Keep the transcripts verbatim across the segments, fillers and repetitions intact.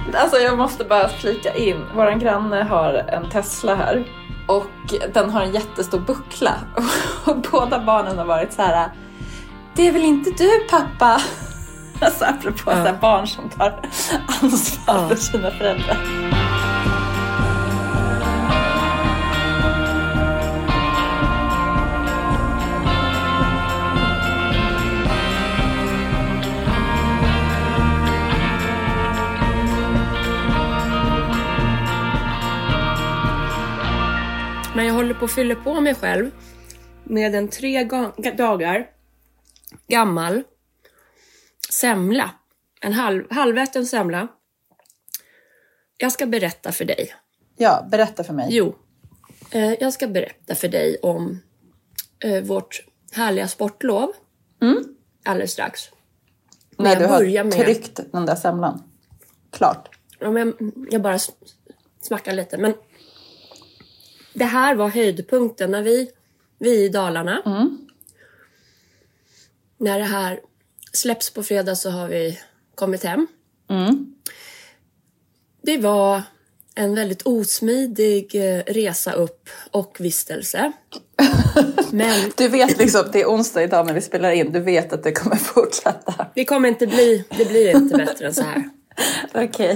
Alltså jag måste bara flika in. Våran granne har en Tesla här. Och den har en jättestor buckla. Och båda barnen har varit så här: det är väl inte du, pappa? Alltså apropå ja. så här barn som tar ansvar ja. för sina föräldrar. Men jag håller på att fylla på mig själv med en tre ga- dagar gammal semla. En halv, halväten semla. Jag ska berätta för dig. Ja, berätta för mig. Jo, eh, jag ska berätta för dig om eh, vårt härliga sportlov. Mm. Alldeles strax. När du har med... tryckt den där semlan. Klart. Ja, men jag bara smackar lite. Men det här var höjdpunkten när vi, vi i Dalarna. Mm. När det här släpps på fredag så har vi kommit hem. Mm. Det var en väldigt osmidig resa upp och vistelse. Men du vet liksom, det är onsdag idag när vi spelar in. Du vet att det kommer fortsätta. Det kommer inte bli, det blir inte bättre än så här. Okej. Okay.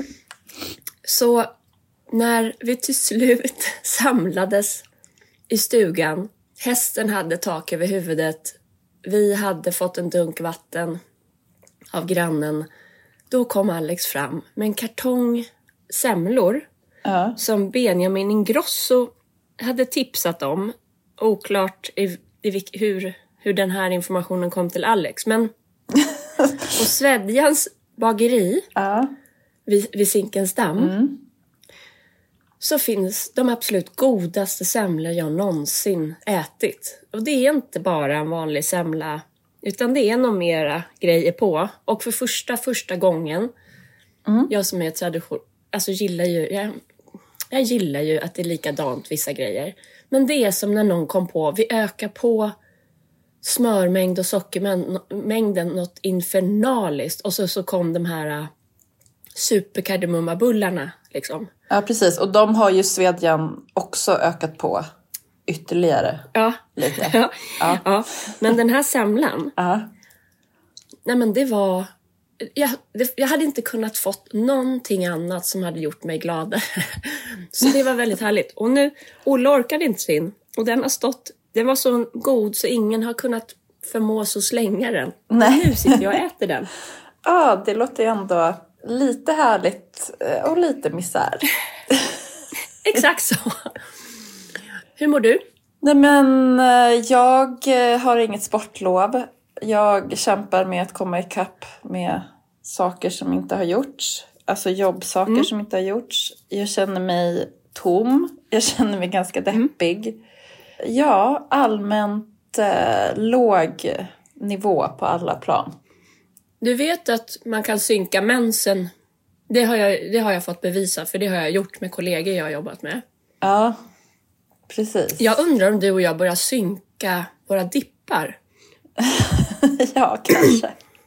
Så när vi till slut samlades i stugan. Hästen hade tak över huvudet. Vi hade fått en dunk vatten av grannen. Då kom Alex fram med en kartong semlor. Ja. Som Benjamin Ingrosso hade tipsat om. Oklart i, i, hur, hur den här informationen kom till Alex. Men på Svedjans bageri ja. vid, vid Zinkensdamm. Mm. Så finns de absolut godaste semlor jag någonsin ätit. Och det är inte bara en vanlig semla. Utan det är nog mera grejer på. Och för första, första gången. Mm. Jag som är tradition... Alltså gillar ju... Jag, jag gillar ju att det är likadant vissa grejer. Men det är som när någon kom på. Vi ökar på smörmängd och sockermängden något infernaliskt. Och så, så kom de här superkardemummabullarna liksom. Ja, precis. Och de har ju Svedjan också ökat på ytterligare. Ja. Lite. Ja. Ja. Ja. Men den här semlan. Ja. Nej, men det var... Jag, det, jag hade inte kunnat fått någonting annat som hade gjort mig gladare. Så det var väldigt härligt. Och nu, Olle orkade inte sin. Och den har stått... Den var så god så ingen har kunnat förmå så slänga den. Nej. Och nu sitter jag och äter den. Ja, det låter ju ändå lite härligt och lite misär. Exakt så. Hur mår du? Nej, men jag har inget sportlov. Jag kämpar med att komma ikapp med saker som inte har gjorts. Alltså jobbsaker mm. som inte har gjorts. Jag känner mig tom. Jag känner mig ganska deppig. Mm. Ja, allmänt eh, låg nivå på alla plan. Du vet att man kan synka mensen. Det har jag, det har jag fått bevisa, för det har jag gjort med kollegor jag har jobbat med. Ja, precis. Jag undrar om du och jag börjar synka våra dippar. Ja, kanske.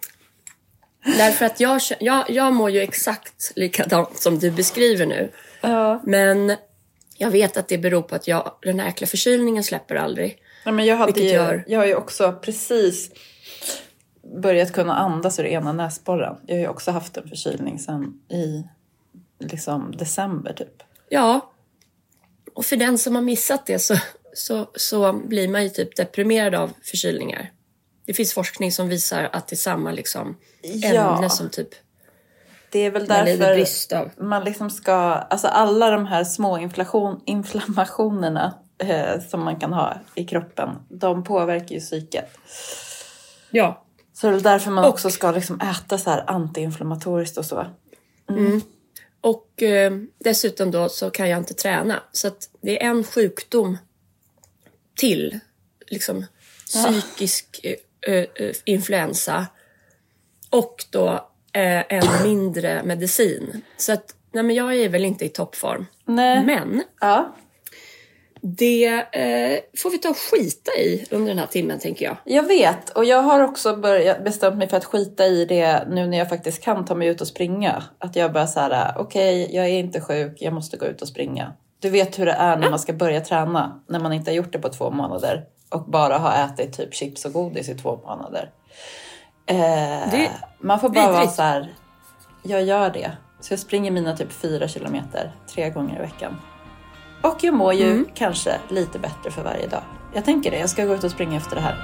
Därför att jag, jag, jag mår ju exakt likadant som du beskriver nu. Ja. Men jag vet att det beror på att jag, den här äckla förkylningen släpper aldrig. Nej, men jag, hade ju, gör... jag har ju också precis börjat kunna andas ur ena näsborren. Jag har ju också haft en förkylning sedan i liksom december typ. Ja, och för den som har missat det så, så, så blir man ju typ deprimerad av förkylningar. Det finns forskning som visar att det är samma liksom ämne ja. som typ... Det är väl därför man liksom ska... Alltså alla de här små inflation, inflammationerna eh, som man kan ha i kroppen, de påverkar ju psyket. Ja. Så det är därför man och, också ska liksom äta så här antiinflammatoriskt och så. Mm. Mm. Och eh, dessutom då så kan jag inte träna. Så att det är en sjukdom till. Liksom psykisk eh, eh, influensa. Och då eh, en mindre medicin. Så att nej, men jag är väl inte i toppform. Nej. Men ja. det eh, får vi ta och skita i under den här timmen, tänker jag. Jag vet, och jag har också börjat bestämt mig för att skita i det nu när jag faktiskt kan ta mig ut och springa. Att jag bara så här, okej, okay, jag är inte sjuk, jag måste gå ut och springa. Du vet hur det är när man ska börja träna, när man inte har gjort det på två månader och bara har ätit typ chips och godis i två månader. Eh, det, man får bara det vara så här, jag gör det. Så jag springer mina typ fyra kilometer tre gånger i veckan. Och jag mår ju mm. kanske lite bättre för varje dag. Jag tänker det, jag ska gå ut och springa efter det här.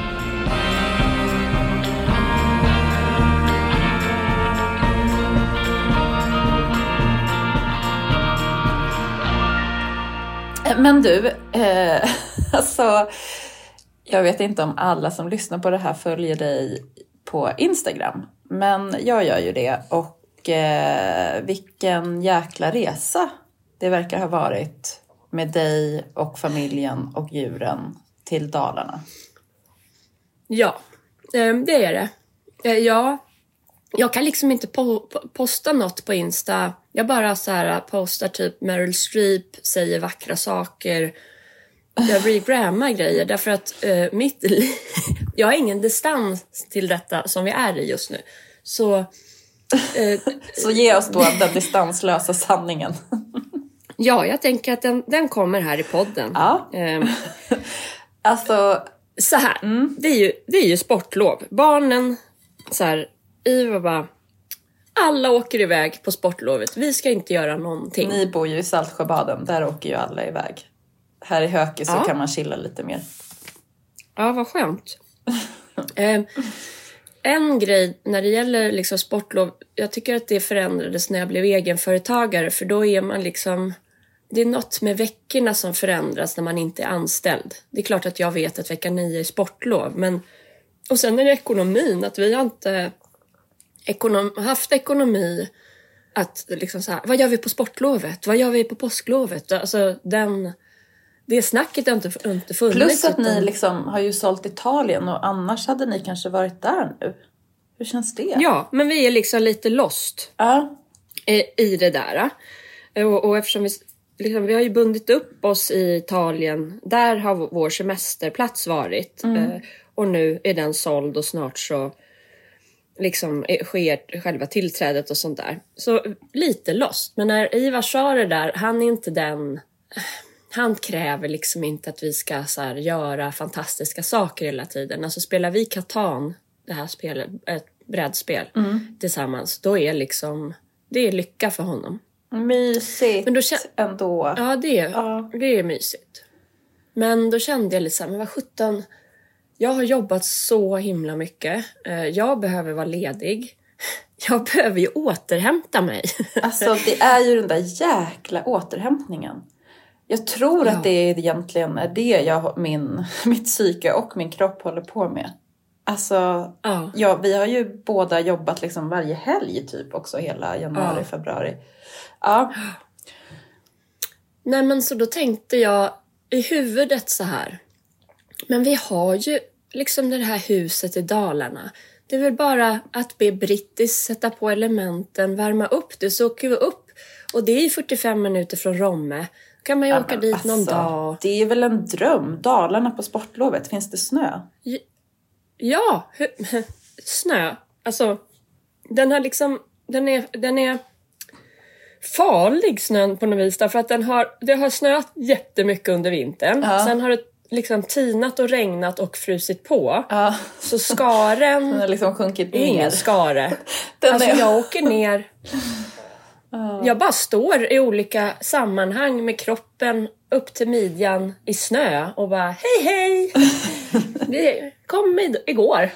Men du, eh, alltså, jag vet inte om alla som lyssnar på det här följer dig på Instagram. Men jag gör ju det, och eh, vilken jäkla resa det verkar ha varit med dig och familjen och djuren till Dalarna. Ja, det är det. Ja, jag kan liksom inte po- posta något på Insta. Jag bara så här postar typ Meryl Streep säger vackra saker. Jag regrammar grejer därför att uh, mitt liv... jag har ingen distans till detta som vi är i just nu. Så... Uh, så ge oss då den distanslösa sanningen. Ja, jag tänker att den, den kommer här i podden. Ja. Um, alltså... Så här, mm. det, är ju, det är ju sportlov. Barnen, så här, Iva bara... Alla åker iväg på sportlovet. Vi ska inte göra någonting. Ni bor ju i Saltsjöbaden. Där åker ju alla iväg. Här i Höke så ja. kan man chilla lite mer. Ja, vad skönt. eh, en grej när det gäller liksom sportlov. Jag tycker att det förändrades när jag blev egenföretagare. För då är man liksom... Det är något med veckorna som förändras när man inte är anställd. Det är klart att jag vet att vecka nio är sportlov. Men... Och sen är det ekonomin. Att vi har inte... Ekonom, haft ekonomi att liksom så här, vad gör vi på sportlovet? Vad gör vi på påsklovet? Alltså den, det snacket har inte, inte funnits. Plus att utan... ni liksom har ju sålt Italien och annars hade ni kanske varit där nu. Hur känns det? Ja, men vi är liksom lite lost ja. i, i det där. Och, och eftersom vi, liksom, vi har ju bundit upp oss i Italien, där har vår semesterplats varit. Mm. Och nu är den såld och snart så liksom sker själva tillträdet och sånt där. Så lite lost. Men när Ivar sa det där, han är inte den... Han kräver liksom inte att vi ska så här, göra fantastiska saker hela tiden. Alltså spelar vi Catan, det här spelet, ett brädspel mm. tillsammans, då är liksom... Det är lycka för honom. Mysigt men då kän- ändå. Ja, det är, ja. det är mysigt. Men då kände jag lite så här, men vad sjutton... Jag har jobbat så himla mycket. Jag behöver vara ledig. Jag behöver ju återhämta mig. Alltså det är ju den där jäkla återhämtningen. Jag tror ja. att det egentligen är det jag, min, mitt psyke och min kropp håller på med. Alltså, ja. Ja, vi har ju båda jobbat liksom varje helg typ också hela januari, ja. februari. Ja. Nej men så då tänkte jag i huvudet så här. Men vi har ju liksom det här huset i Dalarna. Det är väl bara att be Brittis sätta på elementen, värma upp det, så åker vi upp. Och det är ju fyrtiofem minuter från Romme. Kan man ju ja, åka dit alltså, någon dag. Det är väl en dröm. Dalarna på sportlovet. Finns det snö? Ja, snö. Alltså, den har liksom, den är, den är farlig snön på något vis. Därför att den har, det har snöat jättemycket under vintern. Ja. Sen har det liksom tinat och regnat och frusit på. Ja. Så skaren... Den har liksom sjunkit ner. Ingen skare. Den alltså är... jag åker ner... Ja. Jag bara står i olika sammanhang med kroppen upp till midjan i snö och bara hej hej! Det kom igår.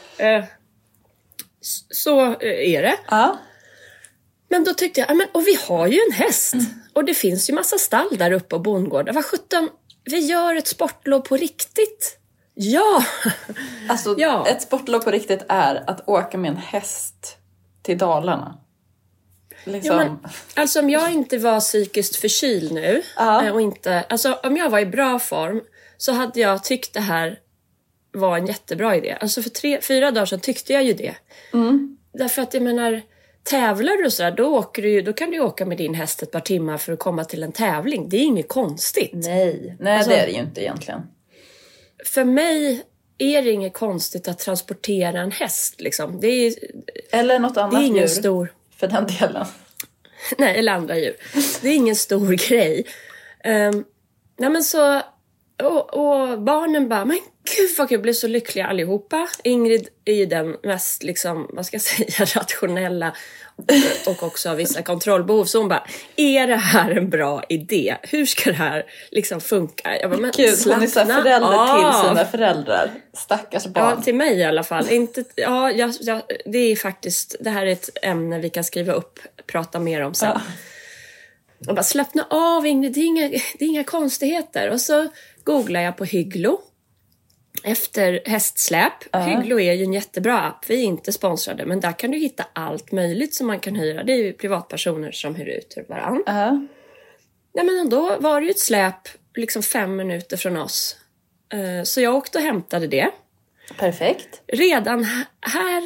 Så är det. Ja. Men då tyckte jag, och vi har ju en häst. Mm. Och det finns ju massa stall där uppe och bondgårdar. Vad sjutton, vi gör ett sportlov på riktigt. Ja! Alltså ja. Ett sportlov på riktigt är att åka med en häst till Dalarna. Liksom. Ja, men, alltså om jag inte var psykiskt förkyld nu ja. och inte, alltså om jag var i bra form så hade jag tyckt det här var en jättebra idé. Alltså för tre, fyra dagar sedan tyckte jag ju det. Mm. Därför att jag menar, tävlar du så här, då, åker du, då kan du åka med din häst ett par timmar för att komma till en tävling. Det är inget konstigt. Nej, nej alltså, det är det ju inte egentligen. För mig är det inget konstigt att transportera en häst. Liksom. Det är, eller något annat det är ingen djur, stor... för den delen. Nej, eller andra djur. Det är ingen stor grej. Um, nej men så... Och, och barnen bara, men gud vad jag blev så lyckliga allihopa. Ingrid är ju den mest, liksom, vad ska jag säga, rationella och också har vissa kontrollbehov. Så hon bara, är det här en bra idé? Hur ska det här liksom funka? Jag bara, men gud, hon är så förälder av. till sina föräldrar. Stackars barn. Ja, till mig i alla fall. Inte, ja, jag, jag, det är faktiskt, det här är ett ämne vi kan skriva upp, prata mer om sen. Ja. Och bara, slappna av Ingrid, det är inga, det är inga konstigheter. Och så googlar jag på Hygglo efter hästsläp. Uh-huh. Hygglo är ju en jättebra app. Vi är inte sponsrade, men där kan du hitta allt möjligt som man kan hyra. Det är ju privatpersoner som hyr ut till varandra. Uh-huh. Ja, men då var det ju ett släp liksom fem minuter från oss. Så jag åkte och hämtade det. Perfekt. Redan här...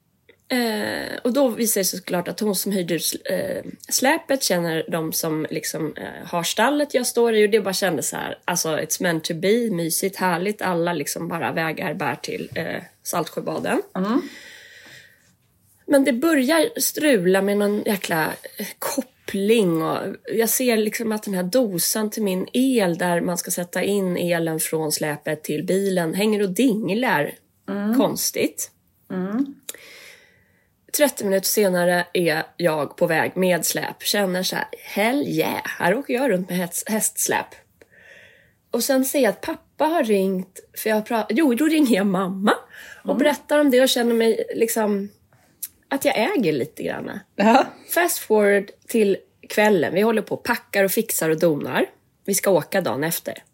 Eh, och då visade det sig såklart att hon som hyrde eh, släpet känner de som liksom eh, har stallet jag står i, och det bara kändes så här, alltså it's meant to be, mysigt, härligt, alla liksom bara vägar bär till eh, Saltsjöbaden. Mm. Men det börjar strula med någon jäkla eh, koppling, och jag ser liksom att den här dosan till min el där man ska sätta in elen från släpet till bilen hänger och dinglar. Mm. Konstigt. Mm. trettio minuter senare är jag på väg med släp. Känner så här, hell yeah, här åker jag runt med häst, hästsläp. Och sen ser jag att pappa har ringt. För jag pratar, jo, då ringer jag mamma. Och mm. berättar om det och känner mig liksom att jag äger lite grann. Uh-huh. Fast forward till kvällen. Vi håller på och packar och fixar och donar. Vi ska åka dagen efter.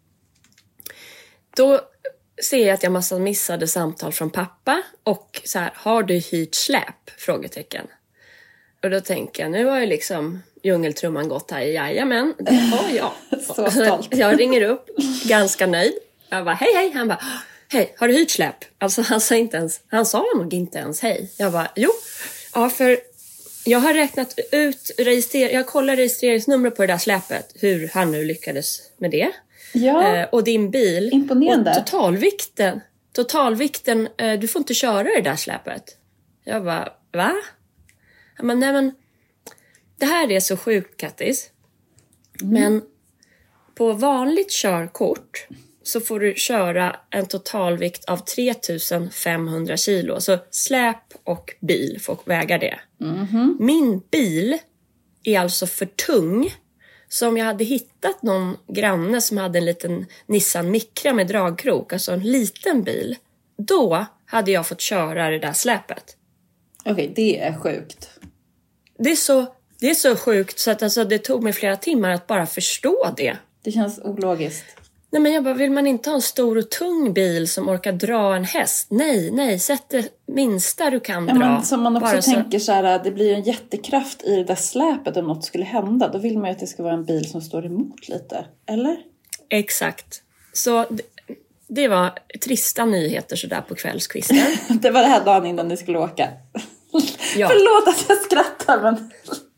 Då ser jag att jag massa missade samtal från pappa. Och så här, har du hyrt släp? Frågetecken. Och då tänker jag, nu har ju liksom djungeltrumman gått här. Jajamän, det har jag. Så stolt. Jag ringer upp, ganska nöjd. Jag bara, hej hej. Han bara, hej, har du hyrt släp? Alltså han sa inte ens, han sa nog inte ens hej. Jag bara, jo. Ja, för jag har räknat ut, register, jag kollar registreringsnumret på det där släpet. Hur han nu lyckades med det. Ja. Eh, och din bil. Imponerande. Och totalvikten. Totalvikten, eh, du får inte köra det där släpet. Jag bara, va? Jag bara, nej men, det här är så sjukt, Kattis. Mm. Men på vanligt körkort så får du köra en totalvikt av tre tusen femhundra kilo. Så släp och bil får väga det. Mm. Min bil är alltså för tung. Så om jag hade hittat någon granne som hade en liten Nissan Micra med dragkrok, alltså en liten bil, då hade jag fått köra det där släpet. Okej, okay, det är sjukt. Det är så, det är så sjukt så att alltså, det tog mig flera timmar att bara förstå det. Det känns ologiskt. Nej, men jag bara, vill man inte ha en stor och tung bil som orkar dra en häst? Nej, nej, sätt det minsta du kan ja, dra. Men som man också bara tänker så... så här, det blir ju en jättekraft i det där släpet om något skulle hända. Då vill man ju att det ska vara en bil som står emot lite, eller? Exakt. Så det, det var trista nyheter sådär på kvällskvisten. Det var det här dagen innan ni skulle åka. Ja. Förlåt att jag skrattar, men...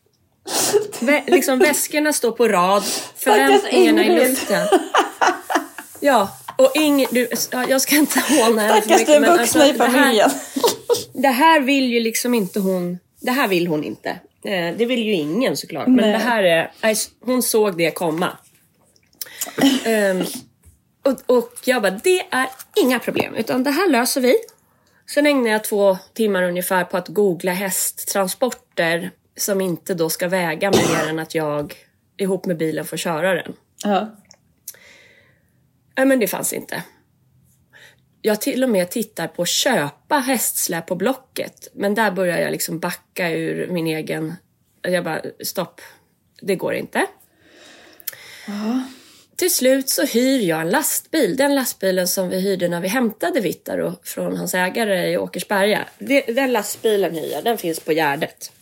Vä- liksom väskorna står på rad, förväntningarna i luften. Ja, och ing, du, jag ska inte håna henne för mycket. Stackars den vuxna i familjen. Det här, det här vill ju liksom inte hon. Det här vill hon inte. eh, Det vill ju ingen såklart. Nej. Men det här är, hon såg det komma. um, och, och jag bara, det är inga problem, utan det här löser vi. Sen ägnar jag två timmar ungefär på att googla hästtransporter som inte då ska väga mer än att jag ihop med bilen får köra den. Ja. Nej, men det fanns inte. Jag till och med tittar på köpa hästsläp på Blocket. Men där börjar jag liksom backa ur min egen... Jag bara, stopp. Det går inte. Ja. Till slut så hyr jag en lastbil. Den lastbilen som vi hyrde när vi hämtade Vittaro från hans ägare i Åkersberga. Den lastbilen hyr jag. Den finns på Gärdet.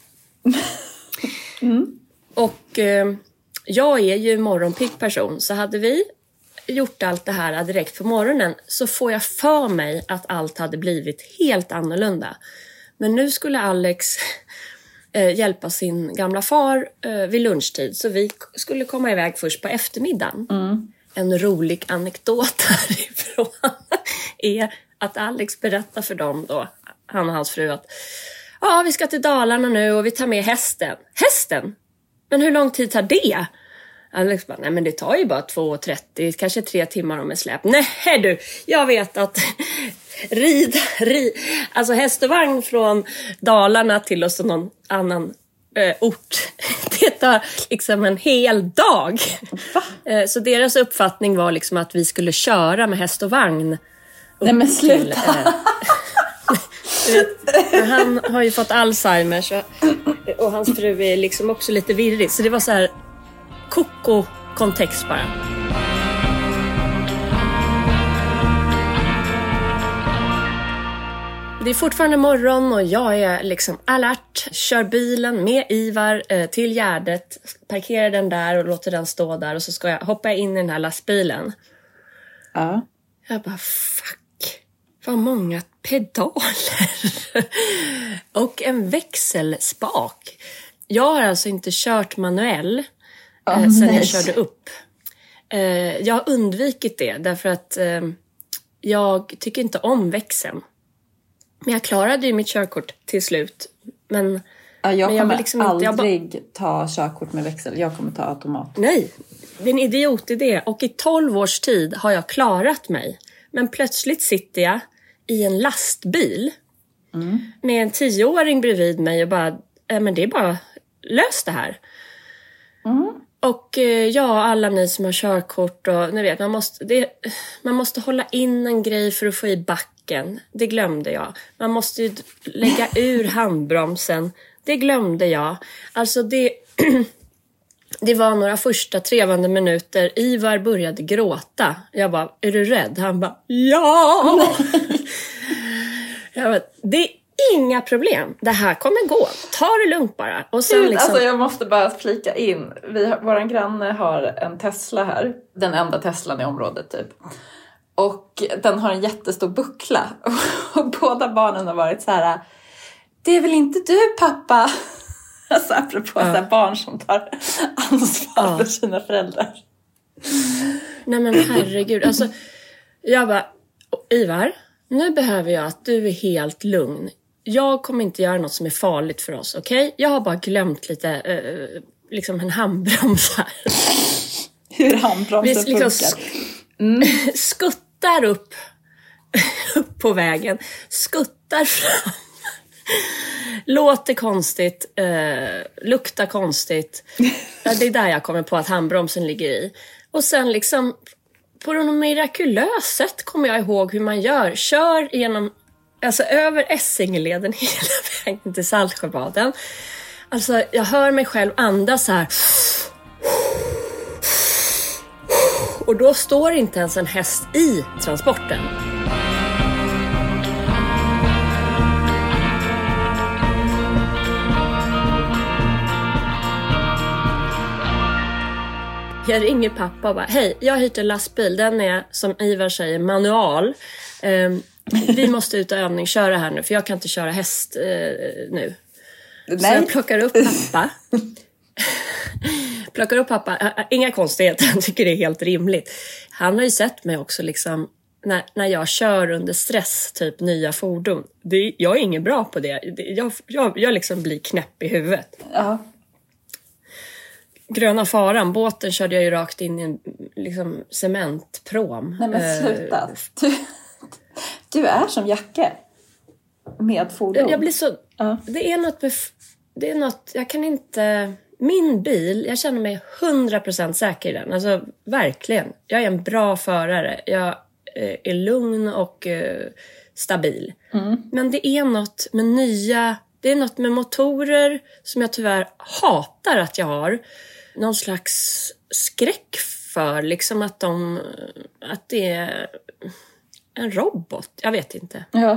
Mm. Och eh, jag är ju morgonpigg person. Så hade vi gjort allt det här direkt på morgonen, så får jag för mig att allt hade blivit helt annorlunda. Men nu skulle Alex eh, hjälpa sin gamla far eh, vid lunchtid. Så vi skulle komma iväg först på eftermiddagen. Mm. En rolig anekdot härifrån är att Alex berättar för dem då, han och hans fru, att ja, vi ska till Dalarna nu och vi tar med hästen. Hästen? Men hur lång tid tar det? Alex bara, nej men det tar ju bara två trettio, kanske tre timmar om en släp. Nej du, jag vet att rida, rid, alltså häst och vagn från Dalarna till oss någon annan eh, ort. Det tar liksom en hel dag. Eh, så deras uppfattning var liksom att vi skulle köra med häst och vagn. Nej men sluta. Till, eh, vet, han har ju fått Alzheimer så, och hans fru är liksom också lite virrig. Så det var så här koko kontext bara. Det är fortfarande morgon och jag är liksom alert. Kör bilen med Ivar eh, till Gärdet. Parkerar den där och låter den stå där. Och så ska jag hoppa in i den här lastbilen. Ja. Jag bara, fuck. Vad många pedaler. Och en växelspak. Jag har alltså inte kört manuell oh, eh, sen nej. jag körde upp. Eh, jag har undvikit det därför att eh, jag tycker inte om växeln. Men jag klarade ju mitt körkort till slut. Men, ja, jag men kommer jag liksom inte, aldrig jag ba- ta körkort med växel. Jag kommer ta automat. Nej, det är en idiotidé. Och i tolv års tid har jag klarat mig. Men plötsligt sitter jag i en lastbil mm. med en tioåring bredvid mig och bara, äh, men det är bara löst det här. Mm. Och eh, ja, alla ni som har körkort och ni vet, man måste, det, man måste hålla in en grej för att få i backen. Det glömde jag. Man måste ju lägga ur handbromsen. Det glömde jag. Alltså det... Det var några första trevande minuter. Ivar började gråta. Jag bara, är du rädd? Han bara, ja! Jag bara, det är inga problem. Det här kommer gå. Ta det lugnt bara. Och sen Gud, liksom... Alltså jag måste bara flika in. Vi har, våran granne har en Tesla här. Den enda Teslan i området typ. Och den har en jättestor buckla. Och båda barnen har varit så här. Det är väl inte du pappa? Alltså apropå ja. barn som tar ansvar ja. för sina föräldrar. Nej men herregud. Alltså, jag bara, Ivar, nu behöver jag att du är helt lugn. Jag kommer inte göra något som är farligt för oss, okej? Okay? Jag har bara glömt lite, eh, liksom en handbroms här. Hur handbromsen Vi liksom funkar. Mm. Skuttar upp, upp på vägen. Skuttar fram. Låter konstigt, eh, luktar konstigt. Det är där jag kommer på att handbromsen ligger i. Och sen liksom på något mirakulöst sätt kommer jag ihåg hur man gör. Kör genom, alltså över Essingeleden hela vägen till Saltsjöbaden. Alltså jag hör mig själv andas så här. Och då står inte ens en häst i transporten. Jag ringer pappa och bara, hej, jag har hyrt en lastbil. Den är, som Ivar säger, manual. Um, vi måste ut och övningsköra här nu, för jag kan inte köra häst uh, nu. Nej. Så jag plockar upp pappa. plockar upp pappa. Uh, inga konstigheter, han tycker det är helt rimligt. Han har ju sett mig också liksom, när, när jag kör under stress, typ nya fordon. Det, jag är ingen bra på det. det jag, jag, jag liksom blir knäpp i huvudet. Ja. Gröna faran, båten körde jag ju rakt in i en liksom, cementprom. Nej men sluta. Du, du är som Jacke. Med fordon. Jag blir så... Ja. Det är något med... Det är något... Jag kan inte... Min bil, jag känner mig hundra procent säker i den. Alltså verkligen. Jag är en bra förare. Jag eh, är lugn och eh, stabil. Mm. Men det är något med nya... Det är något med motorer som jag tyvärr hatar att jag har. Någon slags skräck för liksom att de att det är en robot. Jag vet inte. Ja.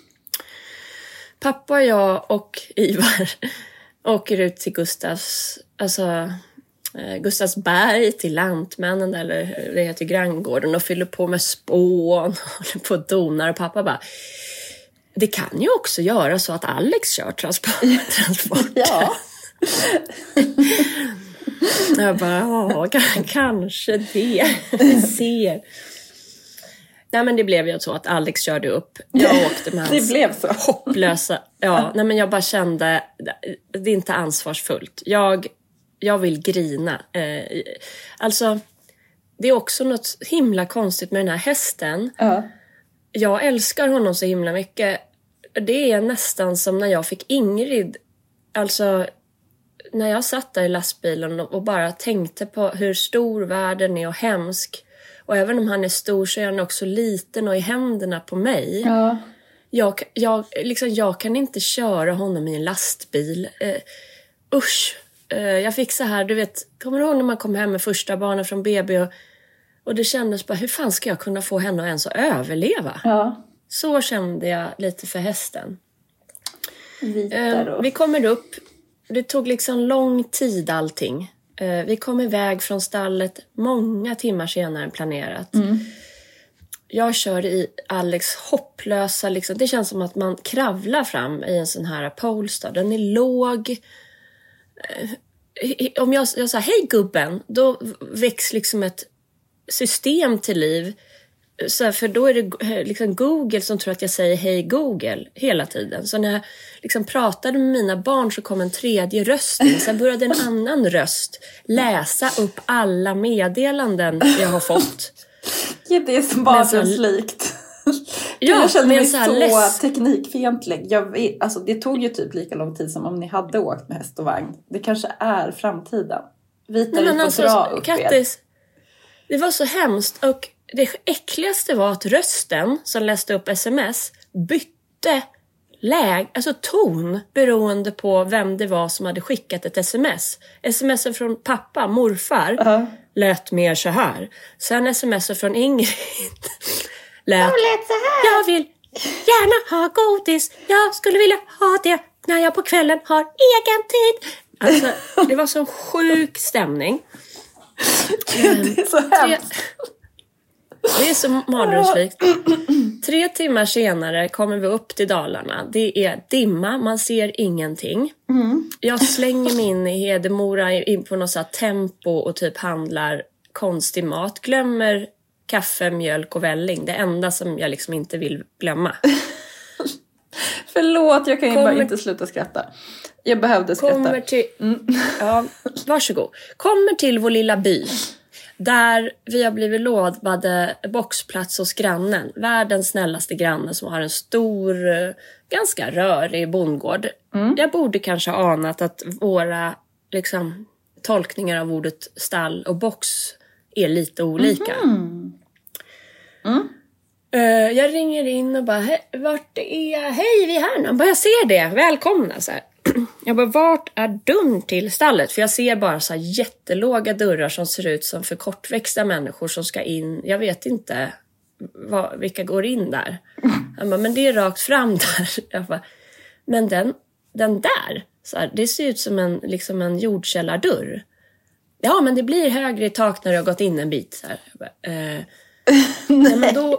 Pappa, jag och Ivar åker ut till Gustavs, alltså Gustavsberg, till Lantmännen eller det heter Granngården, och fyller på med spån och håller på och donar. Och pappa bara, det kan ju också göra så att Alex kör transport. transport. Ja. Jag bara, ja, kanske det. Vi ser. Nej, men det blev ju så att Alex körde upp. Jag åkte med hans det blev så. hopplösa... Ja, nej, men jag bara kände, det är inte ansvarsfullt. Jag, jag vill grina. Eh, alltså, det är också något himla konstigt med den här hästen. Uh. Jag älskar honom så himla mycket. Det är nästan som när jag fick Ingrid. Alltså, när jag satt där i lastbilen och bara tänkte på hur stor världen är och hemsk. Och även om han är stor så är han också liten och i händerna på mig. Ja. Jag, jag, liksom, jag kan inte köra honom i en lastbil. Uh, usch. Uh, jag fick så här, du vet, kommer du ihåg när man kom hem med första barnen från B B och Och det kändes bara, hur fan ska jag kunna få henne att ens att överleva? Ja. Så kände jag lite för hästen. Eh, vi kommer upp. Det tog liksom lång tid allting. Eh, vi kom iväg från stallet många timmar senare än planerat. Mm. Jag kör i Alex hopplösa, liksom, det känns som att man kravlar fram i en sån här Polestar. Den är låg. Eh, om jag, jag säger hej gubben, då väcks liksom ett system till liv. Så för då är det liksom Google som tror att jag säger hej Google hela tiden. Så när jag liksom pratade med mina barn så kom en tredje röst in. Sen började en annan röst läsa upp alla meddelanden jag har fått. Ja, det är som barndomslikt. Ja, jag känner mig så, så läs- teknikfientlig. Jag vet, alltså, det tog ju typ lika lång tid som om ni hade åkt med häst och vagn. Det kanske är framtiden. Vita ut och alltså, dra upp Kattis, det var så hemskt. Och det äckligaste var att rösten som läste upp sms bytte läge, alltså ton, beroende på vem det var som hade skickat ett sms. Smsen från pappa, morfar, uh-huh. lät mer så här. Sen smsen från Ingrid lät, lät så här. Jag vill gärna ha godis. Jag skulle vilja ha det när jag på kvällen har egen tid. Alltså, det var så sjuk stämning. Det är så hemskt. Det är så mardrömslikt. Tre timmar senare kommer vi upp till Dalarna. Det är dimma, man ser ingenting. Mm. Jag slänger mig in i Hedemora in på något så här tempo och typ handlar konstig mat. Glömmer kaffe, mjölk och välling. Det enda som jag liksom inte vill glömma. Förlåt, jag kan ju kommer, bara inte sluta skratta. Jag behövde skratta. Kommer till, mm. ja, varsågod. Kommer till vår lilla by. Där vi har blivit lovade boxplats hos grannen. Världens snällaste granne som har en stor, ganska rörig bondgård. Mm. Jag borde kanske ha anat att våra liksom, tolkningar av ordet stall och box är lite olika. Mm. Mm. Uh, jag ringer in och bara, He- vart är jag? Hej, vi är här. Han bara, jag ser det. Välkomna. Så här. Jag bara, vart är dörren till stallet? För jag ser bara så här jättelåga dörrar som ser ut som för kortväxta människor som ska in. Jag vet inte vad, vilka går in där. Han bara, men det är rakt fram där. Jag bara, men den, den där, så här, det ser ut som en, liksom en jordkällardörr. Ja, men det blir högre i tak när du har gått in en bit. Så här. Jag bara, eh, nej. Men då...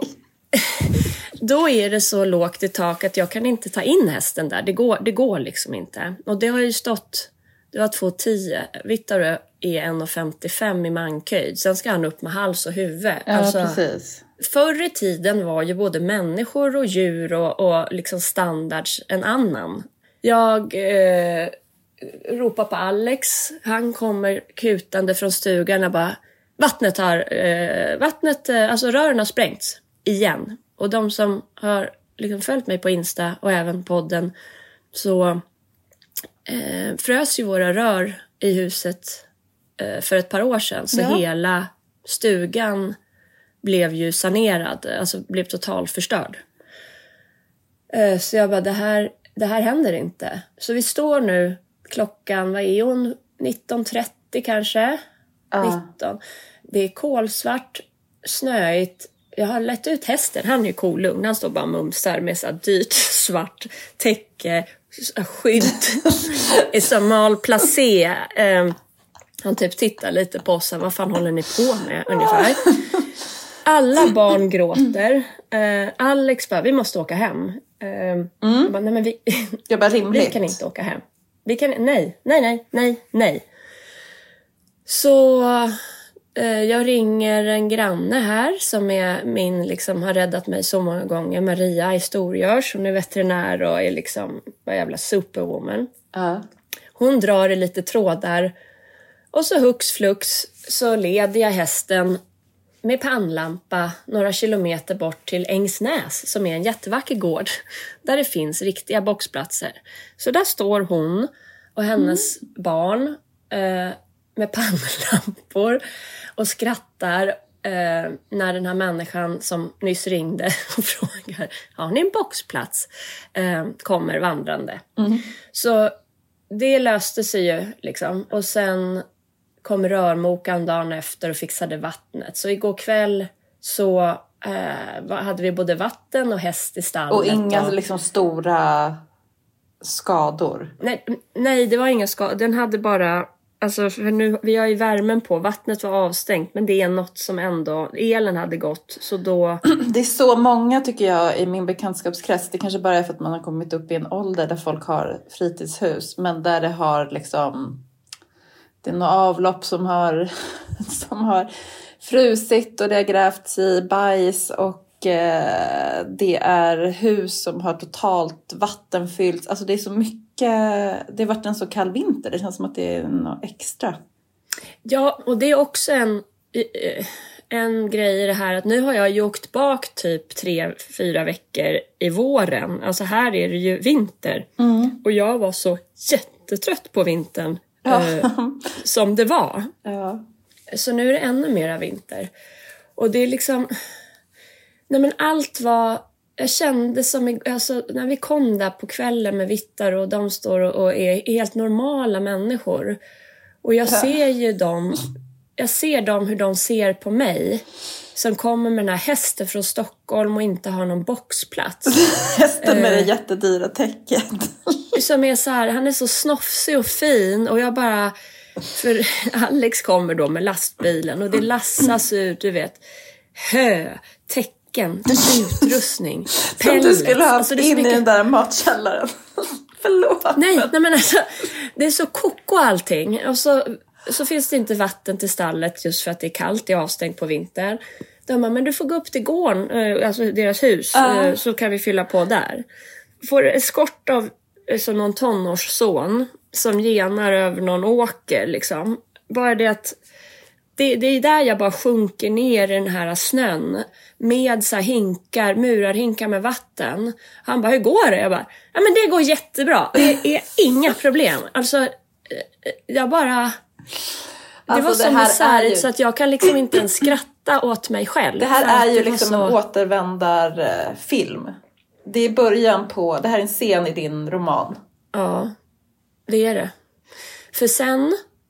Då är det så lågt i tak att jag kan inte ta in hästen där. Det går, det går liksom inte. Och det har ju stått, det var två tio. Vittarö är en komma femtiofem i manköjd. Sen ska han upp med hals och huvud. Ja, alltså, precis. Förr i tiden var ju både människor och djur och, och liksom standards en annan. Jag eh, ropar på Alex. Han kommer kutande från stugan och bara, vattnet har, eh, vattnet, eh, alltså rören har sprängts. Igen. Och de som har liksom följt mig på Insta och även podden, så eh, frös ju våra rör i huset eh, för ett par år sedan. Så ja. Hela stugan blev ju sanerad, alltså blev totalt förstörd. Eh, så jag bara, det här, det här händer inte. Så vi står nu, klockan, vad är hon? nitton trettio kanske? Uh. nitton. Det är kolsvart, snöigt. Jag har lett ut hästen, han är ju kolugn. Han står bara och mumsar med så dyrt svart täcke, skydd, i som malplacé. Eh, han typ tittar lite på oss, vad fan håller ni på med ungefär? Alla barn gråter. Eh, Alex bara, vi måste åka hem. Uh, mm. jag bara, nej, men vi, jag bara, rimligt. Vi kan inte åka hem. Vi kan, nej, nej, nej, nej, nej. Så uh, jag ringer en granne här som är min, liksom, har räddat mig så många gånger. Maria i Storgörs. Hon är veterinär och är liksom en jävla superwoman. Uh. Hon drar i lite trådar. Och så hux flux så leder jag hästen med pannlampa några kilometer bort till Ängsnäs som är en jättevacker gård där det finns riktiga boxplatser. Så där står hon och hennes mm. barn eh, med pannlampor och skrattar eh, när den här människan som nyss ringde och frågar, har ni en boxplats? Eh, kommer vandrande. Mm. Så det löste sig ju liksom. Och sen kom rörmokaren dagen efter och fixade vattnet. Så igår kväll så eh, hade vi både vatten och häst i stallet. Och inga och... liksom stora skador? Nej, nej, det var inga skador. Den hade bara... Alltså, för nu, vi har ju värmen på. Vattnet var avstängt. Men det är något som ändå... Elen hade gått. Så då... Det är så många tycker jag i min bekantskapskrets. Det kanske bara är för att man har kommit upp i en ålder där folk har fritidshus. Men där det har liksom... Det är något avlopp som har, som har frusit och det har grävts i bajs och eh, det är hus som har totalt vattenfyllt. Alltså det är så mycket, det har varit en så kall vinter, det känns som att det är något extra. Ja, och det är också en, en grej i det här att nu har jag ju åkt bak typ tre, fyra veckor i våren. Alltså här är det ju vinter mm. och jag var så jättetrött på vintern. Ja. Eh, som det var. Ja. Så nu är det ännu mera vinter. Och det är liksom... Nej men allt var... Jag kände som... Alltså, när vi kom där på kvällen med Vittar och de står och, och är helt normala människor. Och jag ja. ser ju dem... Jag ser dem hur de ser på mig. Som kommer med den här hästen från Stockholm och inte har någon boxplats. Hästen med eh, det jättedyra täcket. Som är så här, han är så snofsig och fin. Och jag bara... För Alex kommer då med lastbilen. Och det lassas ut, du vet. Hö, tecken, utrustning. Som pellets. Du skulle ha alltså, in mycket... i den där matkällaren. Förlåt. Nej, nej men alltså. Det är så koko allting. Och så... Så finns det inte vatten till stallet just för att det är kallt, det är avstängt på vintern. De bara, men du får gå upp till gården, alltså deras hus, uh. så kan vi fylla på där. Får eskort av så någon tonårsson som genar över någon åker liksom. Bara det att det, det är där jag bara sjunker ner i den här snön med så här hinkar, murarhinkar med vatten. Han bara, hur går det? Jag bara, ja men det går jättebra, det är inga problem. Alltså, jag bara... Det alltså, var så bisarrt ju... så att jag kan liksom inte ens skratta åt mig själv. Det här är ju liksom så... en återvändarfilm. Det är början på... Det här är en scen i din roman. Ja, det är det. För sen...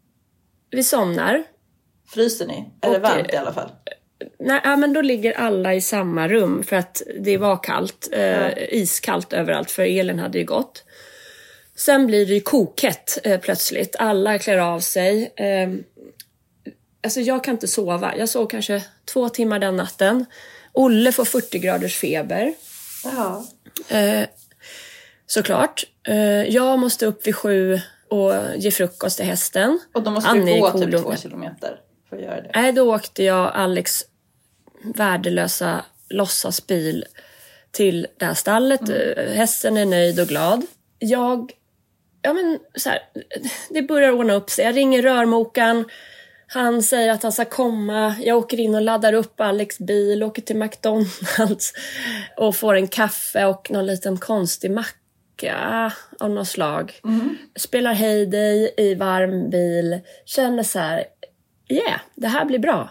Vi somnar. Fryser ni? Är det varmt i alla fall? Nej, ja, men då ligger alla i samma rum. För att det var kallt. Mm. Eh, iskallt överallt. För elen hade ju gått. Sen blir det ju kokhett eh, plötsligt. Alla klär av sig. Eh, alltså jag kan inte sova. Jag sov kanske två timmar den natten. Olle får fyrtio graders feber. Ja. Eh, såklart. Eh, jag måste upp vid sju och ge frukost till hästen. Och då måste Annie du gå typ två kilometer för att göra det. Nej, då åkte jag Alex värdelösa låtsasbil till det här stallet. Mm. Hästen är nöjd och glad. Jag... Ja men så här, det börjar ordna upp sig. Jag ringer rörmokaren. Han säger att han ska komma. Jag åker in och laddar upp Alex bil. Åker till McDonalds. Och får en kaffe och någon liten konstig macka av något slag. Mm. Spelar Hey Day i varm bil. Känner så här, yeah, det här blir bra.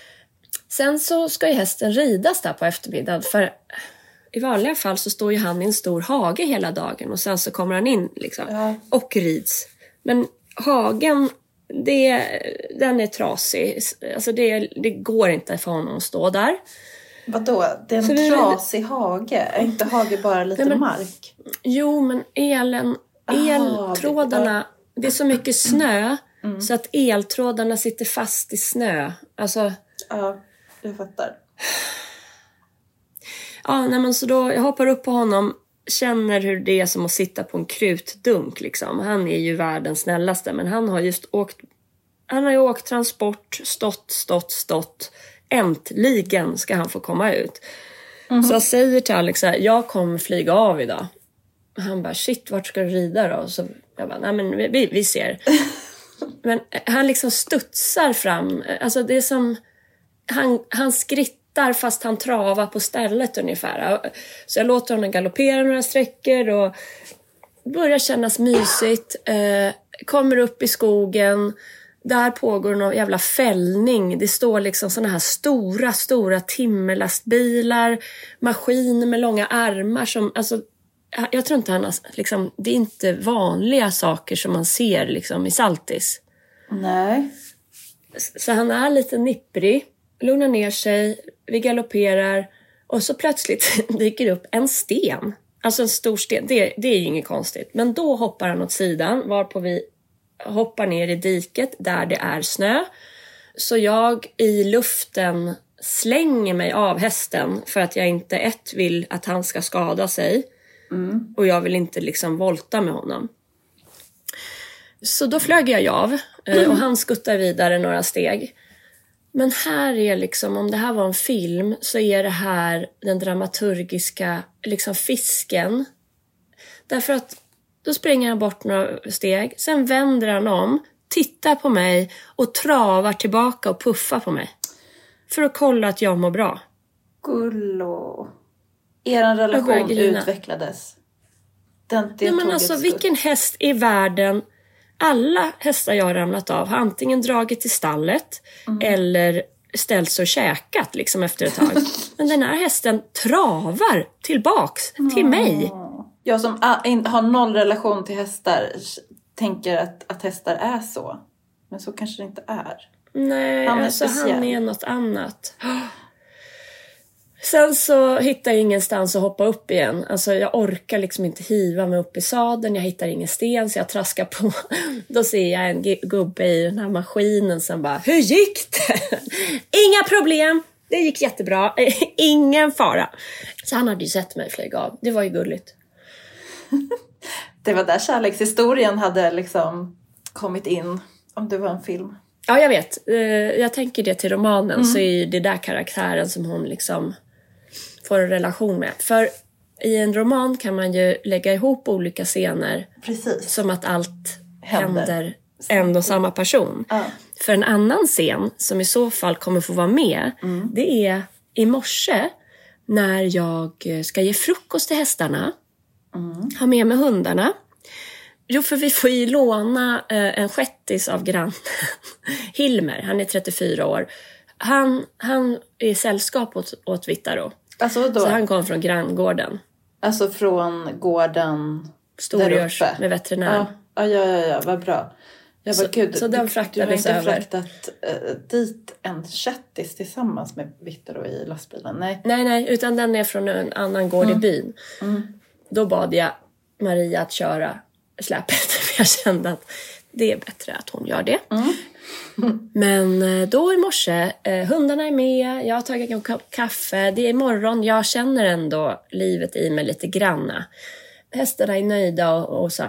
Sen så ska ju hästen ridas där på eftermiddagen. För... I vanliga fall så står ju han i en stor hage hela dagen. Och sen så kommer han in liksom. Ja. Och rids. Men hagen, det, den är trasig. Alltså det, det går inte för honom att stå där. Vadå? Det är en så trasig vi... hage? Är inte hage bara lite men, mark? Jo, men elen, eltrådarna, det, det är så mycket snö. Mm. Så att eltrådarna sitter fast i snö. Alltså... Ja, jag fattar. Ja, nej men så då, jag hoppar upp på honom känner hur det är som att sitta på en krutdunk liksom. Han är ju världens snällaste, men han har just åkt han har ju åkt transport, stått, stått, stått. Äntligen ska han få komma ut. Mm-hmm. Så jag säger till Alex så här, jag kommer flyga av idag. Han bara, shit, vart ska du rida då? Så jag bara, nej men vi, vi ser. Men han liksom studsar fram. Alltså det är som, han, han skrittar fast han travar på stället ungefär. Så jag låter honom galoppera några sträckor och börjar kännas mysigt. Eh, kommer upp i skogen. Där pågår någon jävla fällning. Det står liksom såna här stora, stora timmerlastbilar. Maskiner med långa armar som, alltså, jag tror inte han har, liksom, det är inte vanliga saker som man ser liksom i Saltis. Nej. Så han är lite nipprig, lugnar ner sig, vi galopperar och så plötsligt dyker upp en sten. Alltså en stor sten, det, det är ju inget konstigt. Men då hoppar han åt sidan, varpå vi hoppar ner i diket där det är snö. Så jag i luften slänger mig av hästen för att jag inte ett vill att han ska skada sig. Mm. Och jag vill inte liksom volta med honom. Så då flög jag av mm. och han skuttar vidare några steg. Men här är liksom, om det här var en film så är det här den dramaturgiska liksom fisken. Därför att då springer han bort några steg, sen vänder han om, tittar på mig och travar tillbaka och puffar på mig. För att kolla att jag mår bra. Gullo. Er relation utvecklades. Den, det Nej, men alltså, vilken häst i världen, alla hästar jag har ramlat av har antingen dragit till stallet mm. eller ställts och käkat liksom efter ett tag. Men den här hästen travar tillbaks mm. till mig. Jag som har noll relation till hästar tänker att, att hästar är så. Men så kanske det inte är. Nej, han är, alltså, han är något annat. Sen så hittar jag ingenstans att hoppa upp igen. Alltså jag orkar liksom inte hiva mig upp i sadeln. Jag hittar ingen sten så jag traskar på. Då ser jag en gubbe i den här maskinen som bara, hur gick det? Inga problem. Det gick jättebra. Ingen fara. Så han hade ju sett mig flyga av. Det var ju gulligt. Det var där kärlekshistorien hade liksom kommit in. Om det var en film. Ja, jag vet. Jag tänker det till romanen mm. så är ju det där karaktären som hon liksom får en relation med. För i en roman kan man ju lägga ihop olika scener. Precis. Som att allt händer, händer en och samma person. Ja. För en annan scen som i så fall kommer få vara med, mm. det är i morse när jag ska ge frukost till hästarna. Mm. Ha med mig hundarna. Jo, för vi får ju låna eh, en shettis av grannen. Hilmer, han är trettiofyra år. Han, han är i sällskap åt, åt Vittaro. Alltså då? Så han kom från granngården. Alltså från gården Storgörs med veterinär. Ja, ja, ja, ja, vad bra. Jag bara, så, Gud, så den fraktades över. Du har inte fraktat uh, dit en shettis tillsammans med Vittaro i lastbilen? Nej. nej, nej, utan den är från en annan gård mm. i byn. Mm. Då bad jag Maria att köra släpet. För jag kände att det är bättre att hon gör det. Mm. Mm. Men då i morse, eh, hundarna är med, jag har tagit en kopp kaffe, det är morgon, jag känner ändå livet i mig lite granna. Hästarna är nöjda och, och så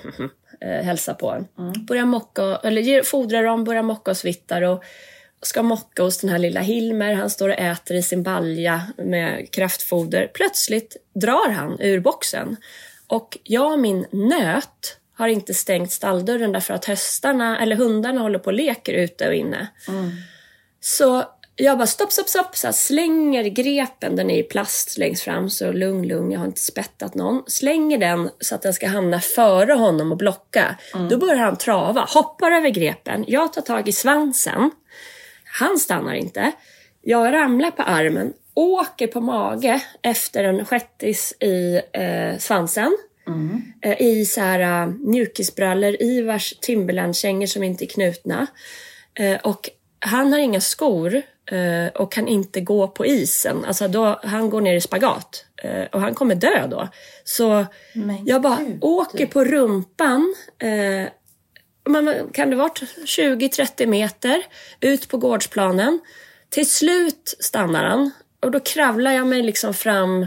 eh, hälsar på en. Mm. Börjar mocka, eller fodrar dem, börjar mocka och svittar och ska mocka hos den här lilla Hilmer. Han står och äter i sin balja med kraftfoder. Plötsligt drar han ur boxen. Och jag och min nöt har inte stängt stalldörren därför att hästarna eller hundarna håller på och leker ute och inne. Mm. Så jag bara stopp, stopp, stopp. Så slänger grepen, den är i plast längst fram. Så lugn, lugn, jag har inte spettat någon. Slänger den så att den ska hamna före honom och blocka. Mm. Då börjar han trava, hoppar över grepen. Jag tar tag i svansen. Han stannar inte. Jag ramlar på armen. Åker på mage efter en shettis i eh, svansen. Mm. Eh, I så här uh, mjukisbrallor, i vars Timberland-kängor som inte är knutna. Eh, och han har inga skor eh, och kan inte gå på isen. Alltså då, han går ner i spagat. Eh, och han kommer dö då. Så men jag bara Gud. åker på rumpan. Eh, man, kan det vara tjugo till trettio meter ut på gårdsplanen. Till slut stannar han. Och då kravlar jag mig liksom fram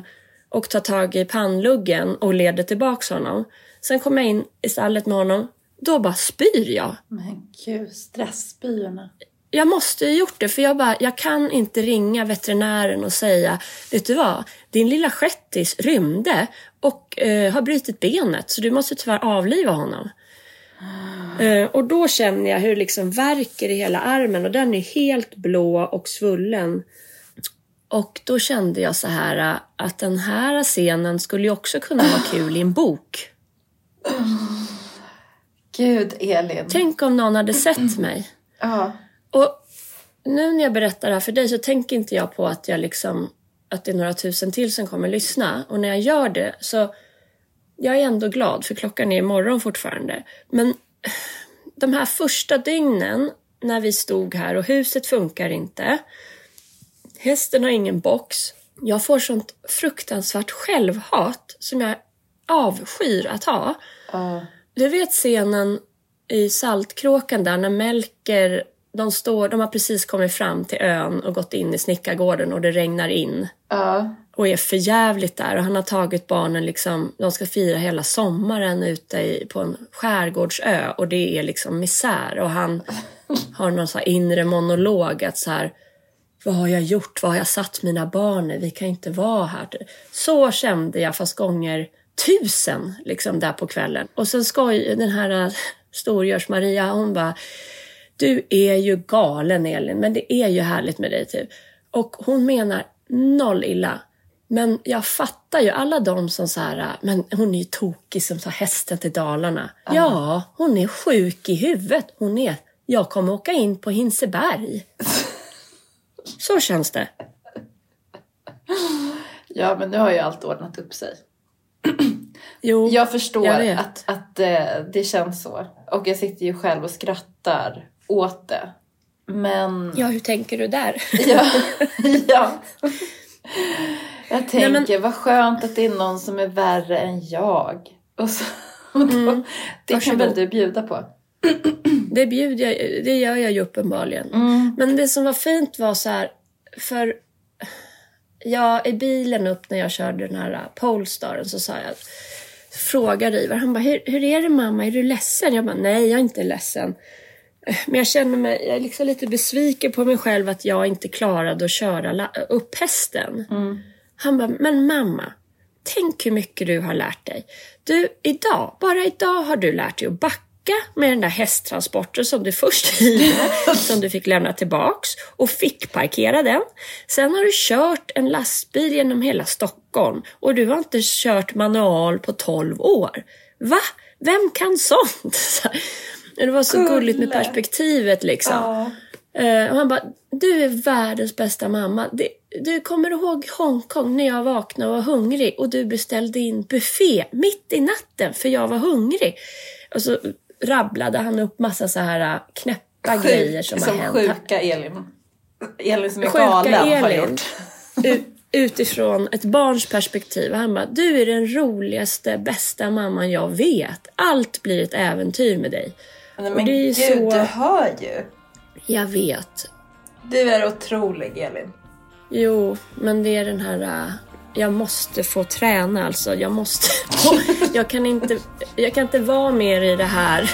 och tar tag i pannluggen och leder tillbaka honom. Sen kommer jag in i stallet med honom. Då bara spyr jag. Men gud, stressspyrorna. Jag måste ju gjort det, för jag bara, jag kan inte ringa veterinären och säga, vet du vad, din lilla shettis rymde och eh, har brutit benet, så du måste tyvärr avliva honom. Mm. Eh, och då känner jag hur liksom värker i hela armen, och den är helt blå och svullen. Och då kände jag så här att den här scenen skulle ju också kunna vara kul i en bok. Mm. Gud, Elin. Tänk om någon hade sett mig. Ja. Och nu när jag berättar det här för dig så tänker inte jag på att jag liksom, att det är några tusen till som kommer lyssna. Och när jag gör det så, jag är ändå glad, för klockan är imorgon fortfarande. Men de här första dygnen när vi stod här och huset funkar inte. Hästen har ingen box. Jag får sånt fruktansvärt självhat som jag avskyr att ha. Uh. Du vet scenen i Saltkråkan där när Melker, de, står, de har precis kommit fram till ön och gått in i snickargården och det regnar in. Uh. Och är för jävligt där, och han har tagit barnen liksom, de ska fira hela sommaren ute i, på en skärgårdsö, och det är liksom misär, och han har någon så här inre monolog att så här, vad har jag gjort, vad har jag satt mina barn i, vi kan inte vara här. Så kände jag, fast gånger tusen liksom där på kvällen. Och sen ska ju den här storgörs Maria, hon bara, du är ju galen Elin, men det är ju härligt med dig typ. Och hon menar noll illa. Men jag fattar ju alla de som så här, men hon är ju tokig som tar hästen till Dalarna. Uh. Ja, hon är sjuk i huvudet. Hon är, jag kommer åka in på Hinseberg. Så känns det. Ja, men nu har ju allt ordnat upp sig. Jo, jag förstår jag att, att det, det känns så. Och jag sitter ju själv och skrattar åt det. Men... Ja, hur tänker du där? ja, ja. Jag tänker, Nej, men... vad skönt att det är någon som är värre än jag. Och så, och då, mm, det kan väl du bjuda på? Det bjuder jag, det gör jag ju uppenbarligen. Mm. Men det som var fint var så här, för jag i bilen upp när jag körde den här Polestaren så sa jag, frågade Ivar, han bara, hur, hur är det mamma, är du ledsen? Jag bara, nej jag är inte ledsen. Men jag känner mig, jag är liksom lite besviken på mig själv att jag inte klarade att köra upp hästen. Mm. Han bara, men mamma, tänk hur mycket du har lärt dig. Du, idag, bara idag har du lärt dig att backa med den där hästtransporten som du först hyrde, som du fick lämna tillbaks och fick parkera den. Sen har du kört en lastbil genom hela Stockholm och du har inte kört manual på tolv år. Va? Vem kan sånt? Det var så Gulle. Gulligt med perspektivet liksom. Ja. Uh, och han bara, du är världens bästa mamma. Det, du kommer ihåg Hongkong när jag vaknade och var hungrig och du beställde in buffé mitt i natten för jag var hungrig. Och så rabblade han upp massa så här knäppa Sjuk, grejer som, som har hänt. Sjuka Elin. Elin som är sjuka galen Elin. Har gjort. Utifrån ett barns perspektiv. Han bara, du är den roligaste, bästa mamman jag vet. Allt blir ett äventyr med dig. Men, men det är gud, så... du hör ju. Jag vet. Du är otrolig, Elin. Jo, men det är den här... Uh, jag måste få träna, alltså. Jag måste... jag, kan inte, jag kan inte vara mer i det här.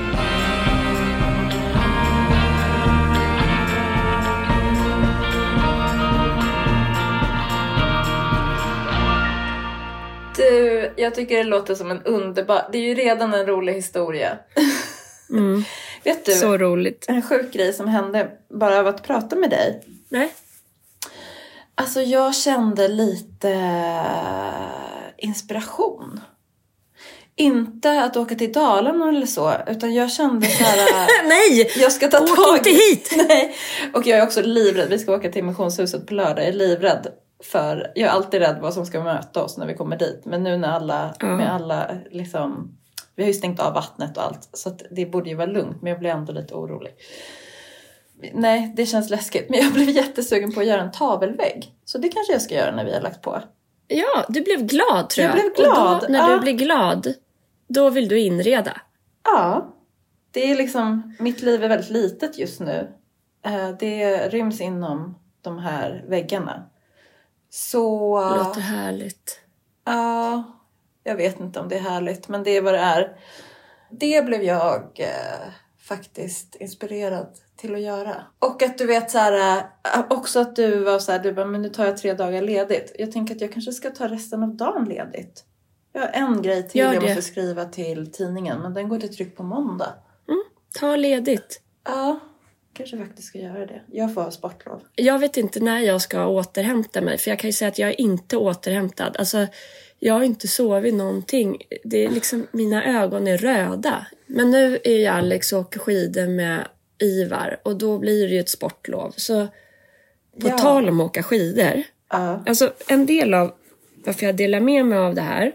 Du, jag tycker det låter som en underbar... Det är ju redan en rolig historia. Mm. Vet du, så roligt. En sjuk grej som hände bara av att prata med dig. Nej. Alltså jag kände lite inspiration. Inte att åka till Dalarna eller så, utan jag kände så här... Nej! Jag ska ta åk tag inte hit! Nej. Och jag är också livrädd. Vi ska åka till missionshuset på lördag. Jag är livrädd för... Jag är alltid rädd vad som ska möta oss när vi kommer dit. Men nu när alla... Mm. Med alla liksom... Vi har ju stängt av vattnet och allt. Så att det borde ju vara lugnt. Men jag blir ändå lite orolig. Nej, det känns läskigt. Men jag blev jättesugen på att göra en tavelvägg. Så det kanske jag ska göra när vi har lagt på. Ja, du blev glad tror jag. Jag blev glad. Och då, när ja. du blir glad, då vill du inreda. Ja, det är liksom... Mitt liv är väldigt litet just nu. Det ryms inom de här väggarna. Så... Det låter härligt. Ja, jag vet inte om det är härligt, men det är vad det är. Det blev jag eh, faktiskt inspirerad till att göra. Och att du vet så här, äh, också att du var så här, du bara, men nu tar jag tre dagar ledigt. Jag tänker att jag kanske ska ta resten av dagen ledigt. Jag har en grej till jag måste skriva till tidningen, men den går till tryck på måndag. Mm, ta ledigt. Ja, kanske faktiskt ska göra det. Jag får ha sportlov. Jag vet inte när jag ska återhämta mig, för jag kan ju säga att jag är inte återhämtad. Alltså, jag har inte sovit någonting. Det är liksom, mina ögon är röda. Men nu är jag Alex och åker skidor med Ivar. Och då blir det ju ett sportlov. Så på ja. tal om att åka skidor. Uh. Alltså en del av varför jag delar med mig av det här.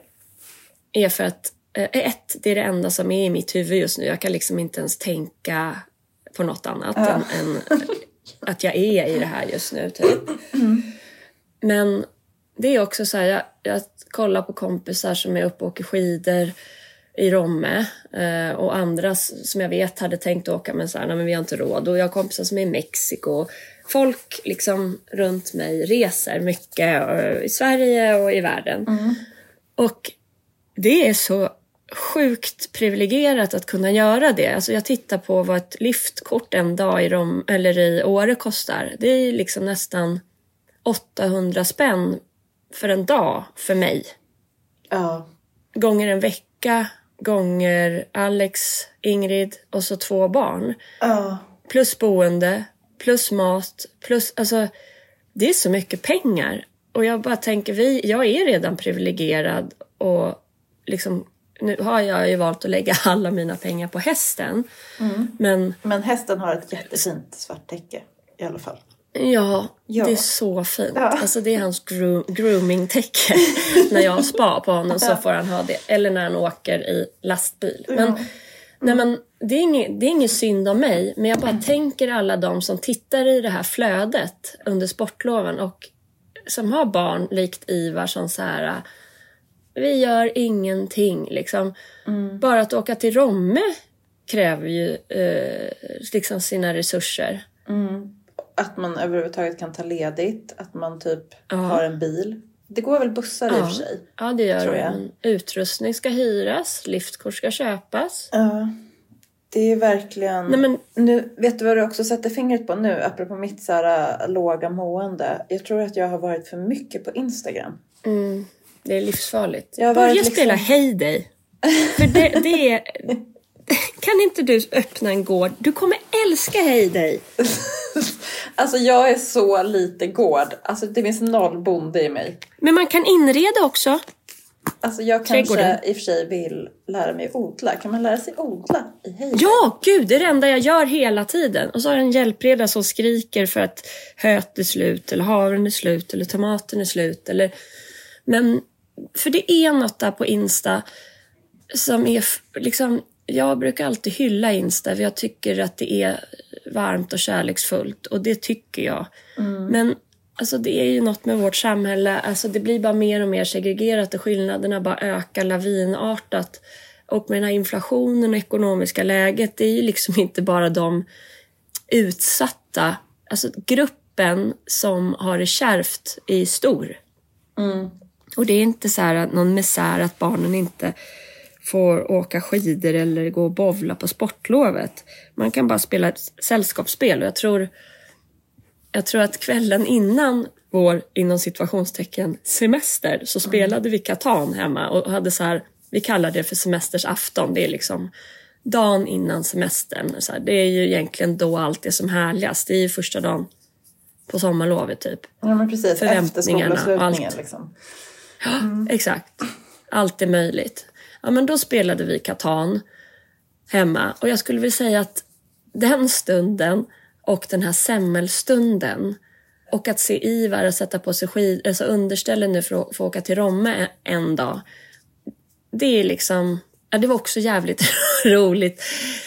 Är för att eh, ett, det är det enda som är i mitt huvud just nu. Jag kan liksom inte ens tänka på något annat. Uh. Än, än att jag är i det här just nu typ. Mm. Men det är också så här, jag, jag kollar på kompisar som är uppe och åker skidor i Romme. Eh, och andra som jag vet hade tänkt åka, men så här, nej, men vi har inte råd. Och jag har kompisar som är i Mexiko. Folk liksom runt mig reser mycket eh, i Sverige och i världen. Mm. Och det är så sjukt privilegierat att kunna göra det. Alltså jag tittar på vad ett liftkort en dag i Rom, eller i Åre kostar. Det är liksom nästan åttahundra spänn för en dag för mig. Ja. Gånger en vecka, gånger Alex, Ingrid och så två barn. Ja. Plus boende, plus mat, plus, alltså det är så mycket pengar. Och jag bara tänker, vi, jag är redan privilegierad och liksom, nu har jag ju valt att lägga alla mina pengar på hästen. Mm. Men, men hästen har ett jättefint svart täcke i alla fall. Ja, ja, det är så fint. Ja. Alltså det är hans gro- grooming-täcke. När jag har spa på honom så får han ha det. Eller när han åker i lastbil. Men, mm. nej, men det, är inget, det är ingen synd om mig. Men jag bara mm. tänker alla de som tittar i det här flödet under sportloven. Och som har barn likt Ivar som så här, vi gör ingenting. Liksom. Mm. Bara att åka till Romme kräver ju eh, liksom sina resurser. Mm. Att man överhuvudtaget kan ta ledigt. Att man typ ja. har en bil. Det går väl bussar ja. i och för sig. Ja, det gör det. Men utrustning ska hyras. Liftkort ska köpas. Ja. Det är verkligen... Nej, men... nu, vet du vad du också sätter fingret på nu? Apropå mitt så här, låga mående. Jag tror att jag har varit för mycket på Instagram. Mm. Det är livsfarligt. Jag Börja liksom... spela Hej dig. För det, det är... Kan inte du öppna en gård? Du kommer älska Hej dig. Alltså jag är så lite gård. Alltså det finns noll bonde i mig. Men man kan inreda också. Alltså jag kanske i och för sig vill lära mig odla. Kan man lära sig odla i Hej? Ja, gud, det är det enda jag gör hela tiden. Och så har jag en hjälpreda som skriker för att höet är slut. Eller havren är slut. Eller tomaten är slut. Eller... Men för det är något där på Insta som är liksom... Jag brukar alltid hylla Insta för jag tycker att det är varmt och kärleksfullt. Och det tycker jag. Mm. Men alltså, det är ju något med vårt samhälle. Alltså, det blir bara mer och mer segregerat och skillnaderna bara ökar lavinartat. Och med den här inflationen och ekonomiska läget, det är ju liksom inte bara de utsatta. Alltså gruppen som har det kärvt är stor. Mm. Och det är inte så här någon misär att barnen inte... får åka skidor eller gå och bowla på sportlovet. Man kan bara spela ett sällskapsspel. Och jag tror, jag tror att kvällen innan vår, inom situationstecken, semester så spelade vi Catan hemma. Och hade så här, vi kallar det för semestersafton. Det är liksom dagen innan semestern. Så här, det är ju egentligen då allt är som härligast. Det är ju första dagen på sommarlovet typ. Ja men precis, efter skolavslutningen liksom. Ja, mm. exakt. Allt är möjligt. Ja, men då spelade vi Catan hemma. Och jag skulle vilja säga att den stunden och den här semmelstunden och att se Ivar och sätta på sig skid, alltså underställen nu för att få åka till Romme en dag. Det är liksom, ja, det var också jävligt roligt.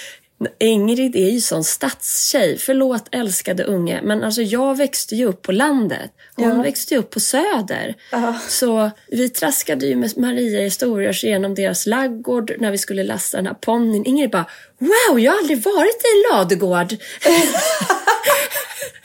Ingrid är ju sån stadstjej. Förlåt älskade unge. Men alltså jag växte ju upp på landet. Hon ja. växte ju upp på söder. Uh. Så vi traskade ju med Maria i Storgörs genom deras laggård när vi skulle lasta den här ponnyn. Ingrid bara, wow, jag har aldrig varit i en ladugård.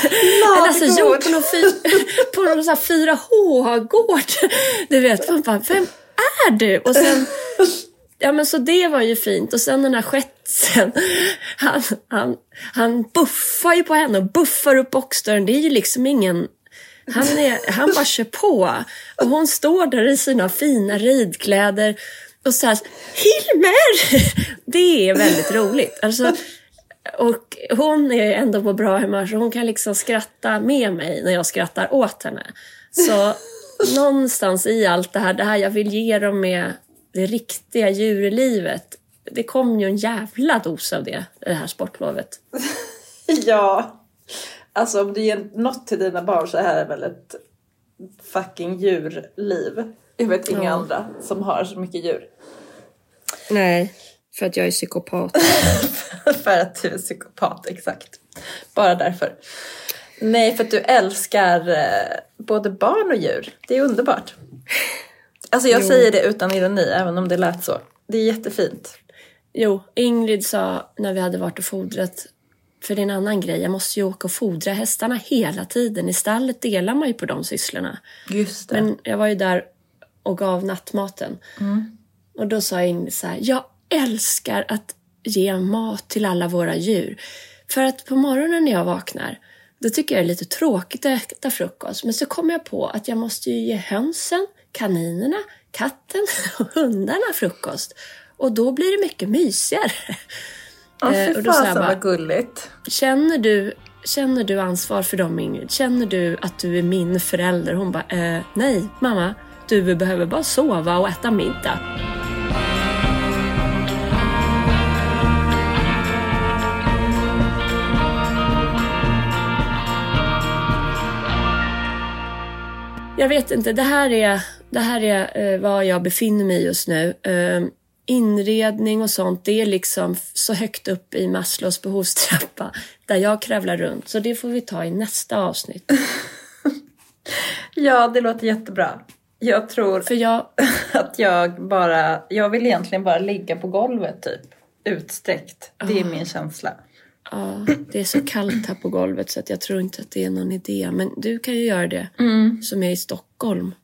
Eller alltså, jo, på någon, fy, på någon så här fyra H-gård. Du vet, man bara, vem är du? Och sen, ja men så det var ju fint. Och sen den här skätsen, han, han, han buffar ju på henne och buffar upp boxdörren. Det är ju liksom ingen... Han, är, han bara kör på. Och hon står där i sina fina ridkläder och så här, Hilmer! Det är väldigt roligt. Alltså, och hon är ändå på bra humör, så hon kan liksom skratta med mig när jag skrattar åt henne. Så någonstans i allt det här, det här jag vill ge dem med det riktiga djurlivet, det kom ju en jävla dos av det, det här sportlovet. Ja, alltså om du ger något till dina barn så här är väl ett fucking djurliv. Jag vet inga ja. andra som har så mycket djur. Nej, för att jag är psykopat. För att du är psykopat, exakt. Bara därför. Nej, för att du älskar eh, både barn och djur. Det är underbart. Alltså jag jo. säger det utan ironi, även om det lät så. Det är jättefint. Jo, Ingrid sa när vi hade varit och fodrat, för det är en annan grej, jag måste ju åka och fodra hästarna hela tiden. I stallet delar man ju på de sysslorna. Just det. Men jag var ju där och gav nattmaten. Mm. Och då sa Ingrid så här, jag älskar att ge mat till alla våra djur. För att på morgonen när jag vaknar, då tycker jag det är lite tråkigt att äta frukost. Men så kommer jag på att jag måste ju ge hönsen, kaninerna, katten och hundarna frukost. Och då blir det mycket mysigare. Ja, fy och då sa jag bara, vad gulligt. Känner du, känner du ansvar för dem, Ingrid? Känner du att du är min förälder? Hon bara, eh, nej mamma, du behöver bara sova och äta middag. Jag vet inte, det här är, det här är eh, vad jag befinner mig just nu. Eh, inredning och sånt, det är liksom så högt upp i Maslows behovstrappa där jag kravlar runt. Så det får vi ta i nästa avsnitt. Ja, det låter jättebra. Jag tror För jag... att jag bara, jag vill egentligen bara ligga på golvet typ, utsträckt. Det är oh. min känsla. Ja, det är så kallt här på golvet så att jag tror inte att det är någon idé. Men du kan ju göra det mm. som är i Stockholm.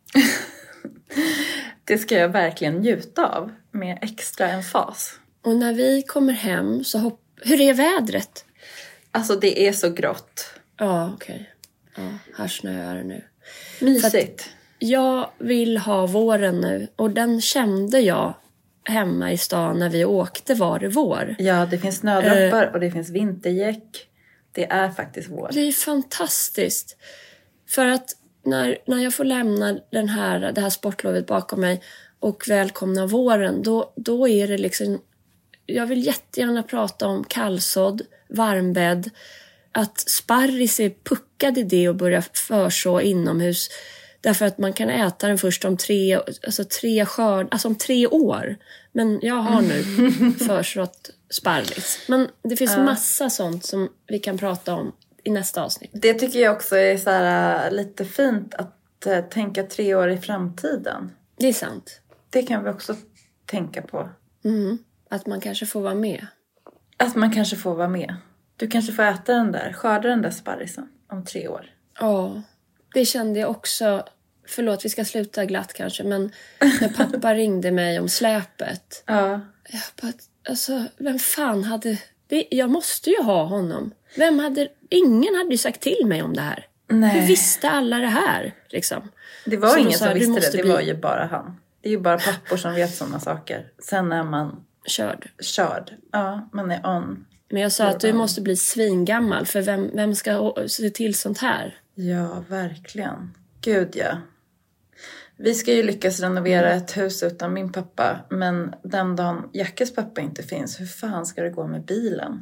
Det ska jag verkligen njuta av med extra emfas. Och när vi kommer hem så hopp... Hur är vädret? Alltså det är så grått. Ja, okej. Okay. Ja, här snöar det nu. Mysigt. Jag vill ha våren nu. Och den kände jag hemma i stan när vi åkte var det vår. Ja, det finns snödroppar uh, och det finns vintergäck. Det är faktiskt vår. Det är fantastiskt. För att när, när jag får lämna den här, det här sportlovet bakom mig och välkomna våren, då, då är det liksom... Jag vill jättegärna prata om kallsådd, varmbädd, att sparris är puckad i det och börja förså inomhus. Därför att man kan äta den först om tre, alltså tre skörd, alltså om tre år. Men jag har nu försått sparris. Men det finns ja. massa sånt som vi kan prata om i nästa avsnitt. Det tycker jag också är så här, lite fint att uh, tänka tre år i framtiden. Det är sant. Det kan vi också tänka på. Mm, att man kanske får vara med. Att man kanske får vara med. Du kanske får äta den där, skörda den där sparrisen om tre år. Ja, det kände jag också. Förlåt, vi ska sluta glatt kanske. Men när pappa ringde mig om släpet. Ja. Jag bara, alltså, vem fan hade... Det, jag måste ju ha honom. Vem hade... Ingen hade ju sagt till mig om det här. Nej. Hur visste alla det här? Liksom? Det var så ingen sa, som visste det. Det bli... var ju bara han. Det är ju bara pappor som vet sådana saker. Sen är man... Körd. Körd. Ja, man är on. Men jag sa att du måste bli svingammal. För vem, vem ska se till sånt här? Ja, verkligen. Gud, ja. Vi ska ju lyckas renovera ett hus utan min pappa. Men den dagen Jackes pappa inte finns, hur fan ska det gå med bilen?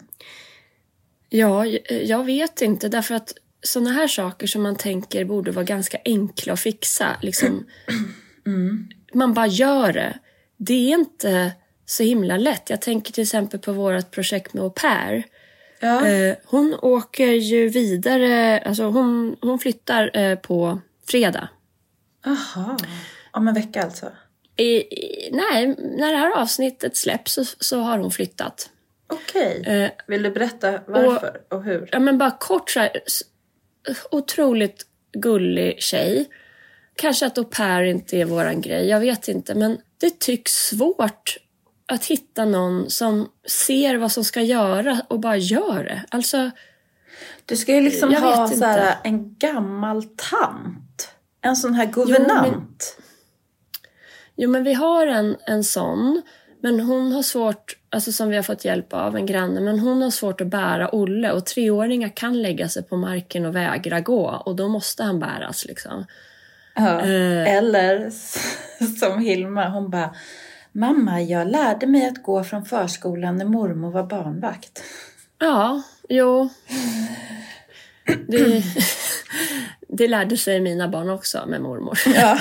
Ja, jag vet inte. Därför att såna här saker som man tänker borde vara ganska enkla att fixa. Liksom, mm. Man bara gör det. Det är inte så himla lätt. Jag tänker till exempel på vårt projekt med au pair. Ja. Eh, hon åker ju vidare. Alltså hon, hon flyttar eh, på fredag. Aha. Om en vecka alltså? I, i, nej, när det här avsnittet släpps så, så har hon flyttat. Okej. Eh, Vill du berätta varför och, och hur? Ja, men bara kort så här. otroligt gullig tjej. Kanske att au pair inte är våran grej, jag vet inte. Men det tycks svårt att hitta någon som ser vad som ska göra och bara gör det. Alltså, du ska ju liksom ha så här, en gammal tant. En sån här guvernant. Jo, men, jo, men vi har en, en sån. Men hon har svårt, alltså som vi har fått hjälp av en granne, men hon har svårt att bära Olle. Och treåringar kan lägga sig på marken och vägra gå. Och då måste han bäras liksom. Ja, uh. Eller som Hilma, hon bara... Mamma, jag lärde mig att gå från förskolan när mormor var barnvakt. Ja, jo. Det, det lärde sig mina barn också med mormor. Ja.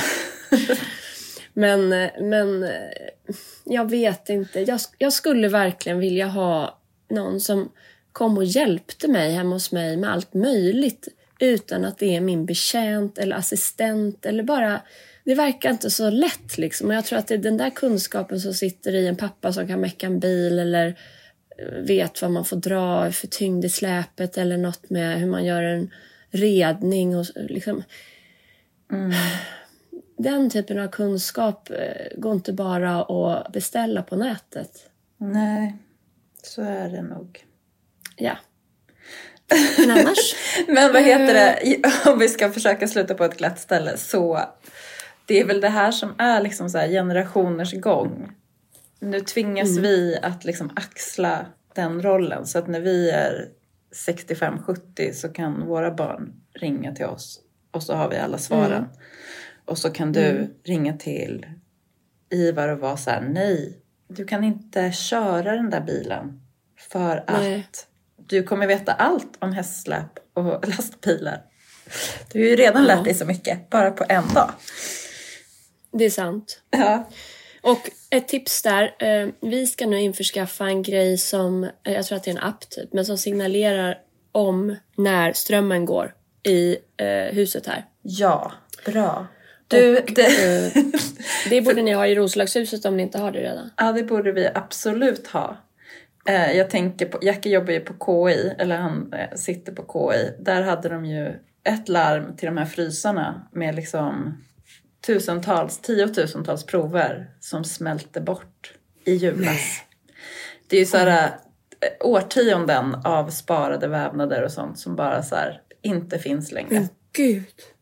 men, men jag vet inte. Jag, jag skulle verkligen vilja ha någon som kom och hjälpte mig hemma hos mig med allt möjligt. Utan att det är min betjänt eller assistent eller bara... Det verkar inte så lätt liksom. Och jag tror att det är den där kunskapen som sitter i en pappa som kan mäcka en bil eller vet vad man får dra för tyngd i släpet eller något med hur man gör en redning och liksom. Mm. Den typen av kunskap går inte bara att beställa på nätet. Nej, så är det nog. Ja. Men annars? Men vad heter det? Om vi ska försöka sluta på ett glatt ställe så... Det är väl det här som är liksom så här generationers gång. Nu tvingas mm. vi att liksom axla den rollen. Så att när vi är sextiofem sjuttio så kan våra barn ringa till oss. Och så har vi alla svaren. Mm. Och så kan du mm. ringa till Ivar och vara så här: nej, du kan inte köra den där bilen. För nej. Att du kommer veta allt om hästsläp och lastbilar. Du har ju redan ja. lärt dig så mycket, bara på en dag. Det är sant. Ja. Och ett tips där. Eh, vi ska nu införskaffa en grej som, jag tror att det är en app typ, men som signalerar om när strömmen går i eh, huset här. Ja, bra. Du, och, det... eh, det borde ni ha i Roslagshuset om ni inte har det redan. Ja, det borde vi absolut ha. Eh, jag tänker på, Jackie jobbar ju på K I, eller han eh, sitter på K I. Där hade de ju ett larm till de här frysarna med liksom... tusentals, tiotusentals prover som smälter bort i julas. Nej. Det är ju så här årtionden av sparade vävnader och sånt som bara så här inte finns längre. Men gud,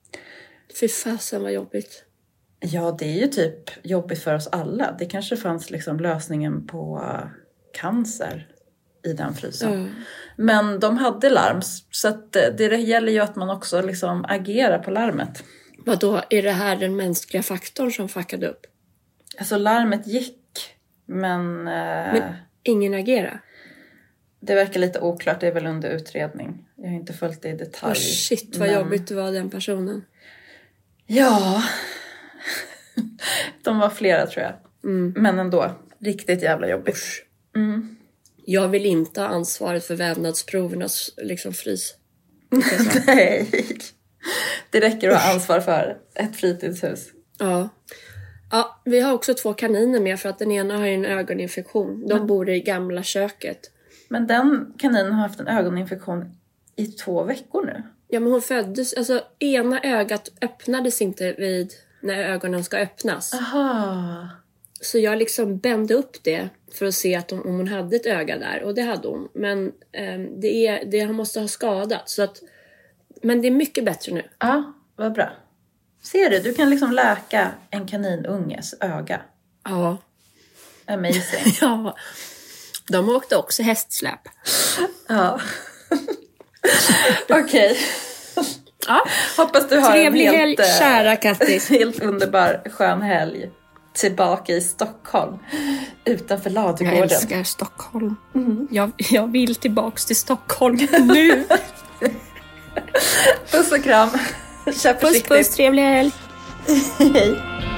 fy fasen vad jobbigt. Ja, det är ju typ jobbigt för oss alla. Det kanske fanns liksom lösningen på cancer i den frysen. Mm. Men de hade larm, så att det gäller ju att man också liksom agerar på larmet. Vadå, är det här den mänskliga faktorn som fuckade upp? Alltså larmet gick, men... Men ingen agerar? Det verkar lite oklart, det är väl under utredning. Jag har inte följt det i detalj. Oh shit, vad men... jobbigt det var den personen. Ja, de var flera tror jag. Mm. Men ändå, riktigt jävla jobbigt. Mm. Jag vill inte ha ansvaret för vävnadsprovernas liksom frys. Nej. Det räcker att ha ansvar för ett fritidshus. Ja. Ja, vi har också två kaniner med för att den ena har en ögoninfektion. De mm. bor i gamla köket. Men den kaninen har haft en ögoninfektion i två veckor nu. Ja, men hon föddes... Alltså, ena ögat öppnades inte vid när ögonen ska öppnas. Aha. Så jag liksom bände upp det för att se att hon, om hon hade ett öga där. Och det hade hon. Men eh, det är, det, han måste ha skadat. Så att, men det är mycket bättre nu. Ja, vad bra. Ser du, du kan liksom läka en kaninunges öga. Ja. Amazing. Ja. De åkte också hästsläp. Ja. Okej. Okay. Ja. Hoppas du har trevlig en helt, helt, kära Kattis. helt underbar skön helg. Tillbaka i Stockholm. Utanför Ladugården. Jag älskar Stockholm. Mm. Jag, jag vill tillbaka till Stockholm nu. Puss och kram. Puss, puss, trevlig helg. Hej.